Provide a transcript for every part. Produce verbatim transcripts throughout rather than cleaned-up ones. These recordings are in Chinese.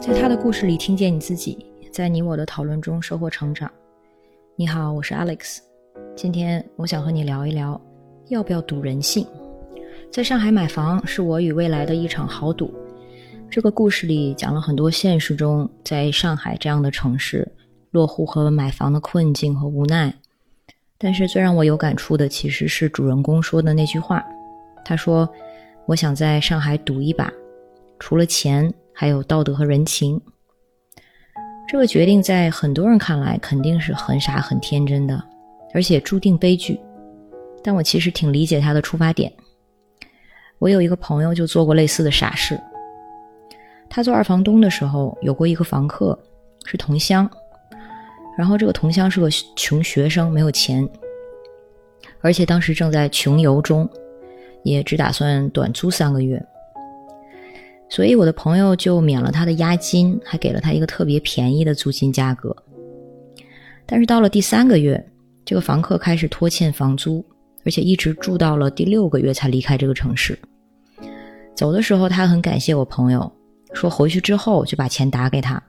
在他的故事里听见你自己，在你我的讨论中收获成长。你好，我是 Alex， 今天我想和你聊一聊要不要赌人性。在上海买房是我与未来的一场豪赌。这个故事里讲了很多现实中在上海这样的城市落户和买房的困境和无奈，但是最让我有感触的其实是主人公说的那句话。他说，我想在上海赌一把，除了钱还有道德和人情。这个决定在很多人看来肯定是很傻很天真的，而且注定悲剧，但我其实挺理解他的出发点。我有一个朋友就做过类似的傻事。他做二房东的时候有过一个房客是同乡，然后这个同乡是个穷学生，没有钱，而且当时正在穷游中，也只打算短租三个月，所以我的朋友就免了他的押金，还给了他一个特别便宜的租金价格。但是到了第三个月，这个房客开始拖欠房租，而且一直住到了第六个月才离开这个城市。走的时候他很感谢我朋友，说回去之后就把钱打给他。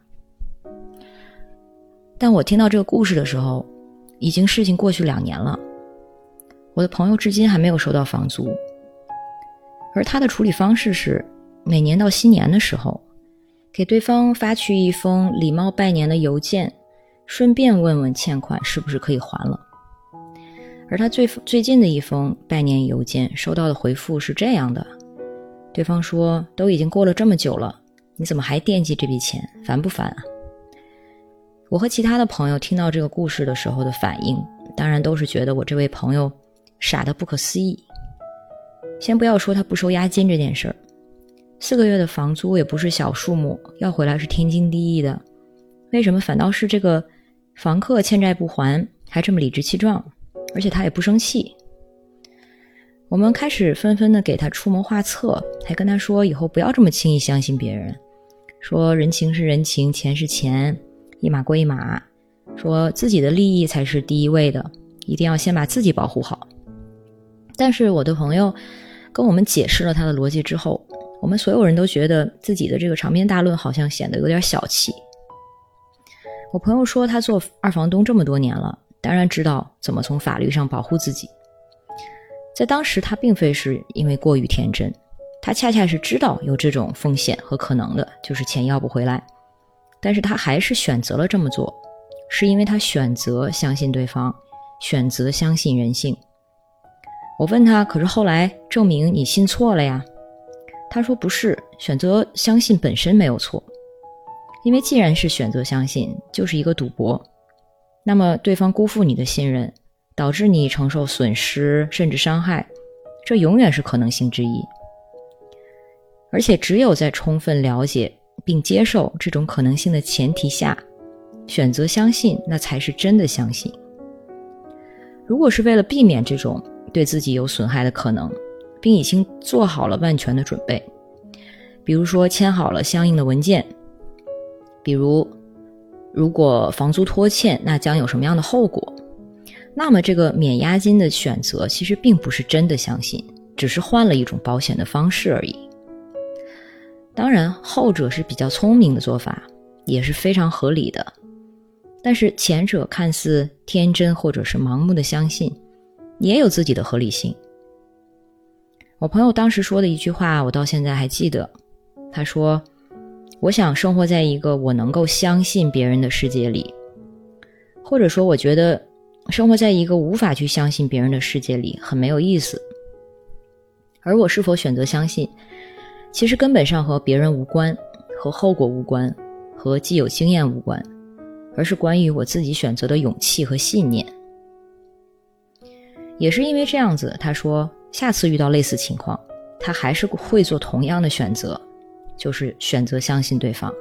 但我听到这个故事的时候，已经事情过去两年了，我的朋友至今还没有收到房租。而他的处理方式是每年到新年的时候给对方发去一封礼貌拜年的邮件，顺便问问欠款是不是可以还了。而他最最近的一封拜年邮件收到的回复是这样的，对方说，都已经过了这么久了，你怎么还惦记这笔钱，烦不烦啊？我和其他的朋友听到这个故事的时候的反应，当然都是觉得我这位朋友傻得不可思议。先不要说他不收押金这件事儿，四个月的房租也不是小数目，要回来是天经地义的，为什么反倒是这个房客欠债不还还这么理直气壮，而且他也不生气？我们开始纷纷的给他出谋划策，还跟他说以后不要这么轻易相信别人，说人情是人情，钱是钱，一码归一码，说自己的利益才是第一位的，一定要先把自己保护好。但是我的朋友跟我们解释了他的逻辑之后，我们所有人都觉得自己的这个长篇大论好像显得有点小气。我朋友说他做二房东这么多年了，当然知道怎么从法律上保护自己。在当时他并非是因为过于天真，他恰恰是知道有这种风险和可能的，就是钱要不回来，但是他还是选择了这么做，是因为他选择相信对方，选择相信人性。我问他，可是后来证明你信错了呀？他说不是，选择相信本身没有错，因为既然是选择相信，就是一个赌博，那么对方辜负你的信任，导致你承受损失甚至伤害，这永远是可能性之一。而且只有在充分了解并接受这种可能性的前提下，选择相信，那才是真的相信。如果是为了避免这种对自己有损害的可能，并已经做好了万全的准备，比如说签好了相应的文件，比如如果房租拖欠，那将有什么样的后果，那么这个免押金的选择其实并不是真的相信，只是换了一种保险的方式而已。当然后者是比较聪明的做法，也是非常合理的，但是前者看似天真或者是盲目的相信，也有自己的合理性。我朋友当时说的一句话我到现在还记得，他说，我想生活在一个我能够相信别人的世界里，或者说我觉得生活在一个无法去相信别人的世界里很没有意思。而我是否选择相信，其实根本上和别人无关，和后果无关，和既有经验无关，而是关于我自己选择的勇气和信念。也是因为这样子，他说下次遇到类似情况，他还是会做同样的选择，就是选择相信对方。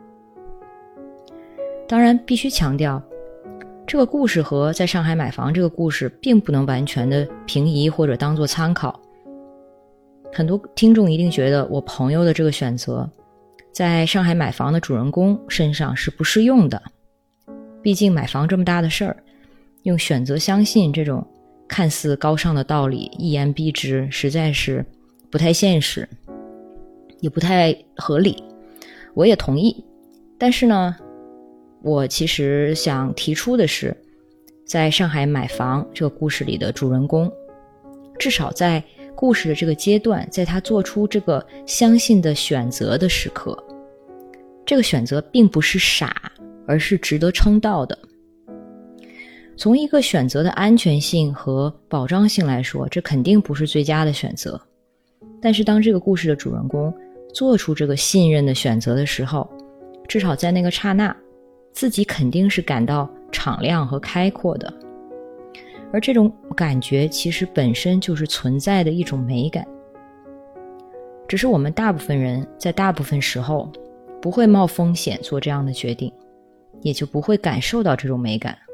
当然必须强调，这个故事和在上海买房这个故事并不能完全的平移或者当作参考。很多听众一定觉得我朋友的这个选择在上海买房的主人公身上是不适用的，毕竟买房这么大的事儿，用选择相信这种看似高尚的道理一言蔽之，实在是不太现实，也不太合理。我也同意， 但是呢，我其实想提出的是，在上海买房这个故事里的主人公，至少在故事的这个阶段，在他做出这个相信的选择的时刻，这个选择并不是傻，而是值得称道的。从一个选择的安全性和保障性来说，这肯定不是最佳的选择。但是当这个故事的主人公做出这个信任的选择的时候，至少在那个刹那，自己肯定是感到敞亮和开阔的。而这种感觉其实本身就是存在的一种美感。只是我们大部分人在大部分时候不会冒风险做这样的决定，也就不会感受到这种美感。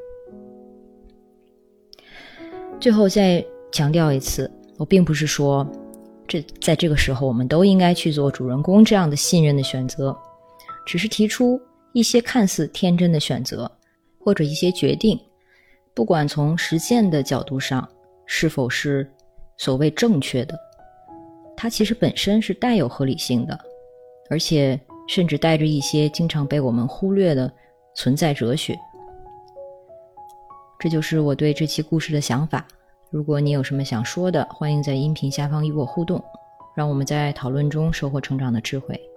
最后再强调一次，我并不是说这在这个时候我们都应该去做主人公这样的信任的选择，只是提出一些看似天真的选择或者一些决定，不管从实践的角度上是否是所谓正确的，它其实本身是带有合理性的，而且甚至带着一些经常被我们忽略的存在哲学。这就是我对这期故事的想法。如果你有什么想说的，欢迎在音频下方与我互动，让我们在讨论中收获成长的智慧。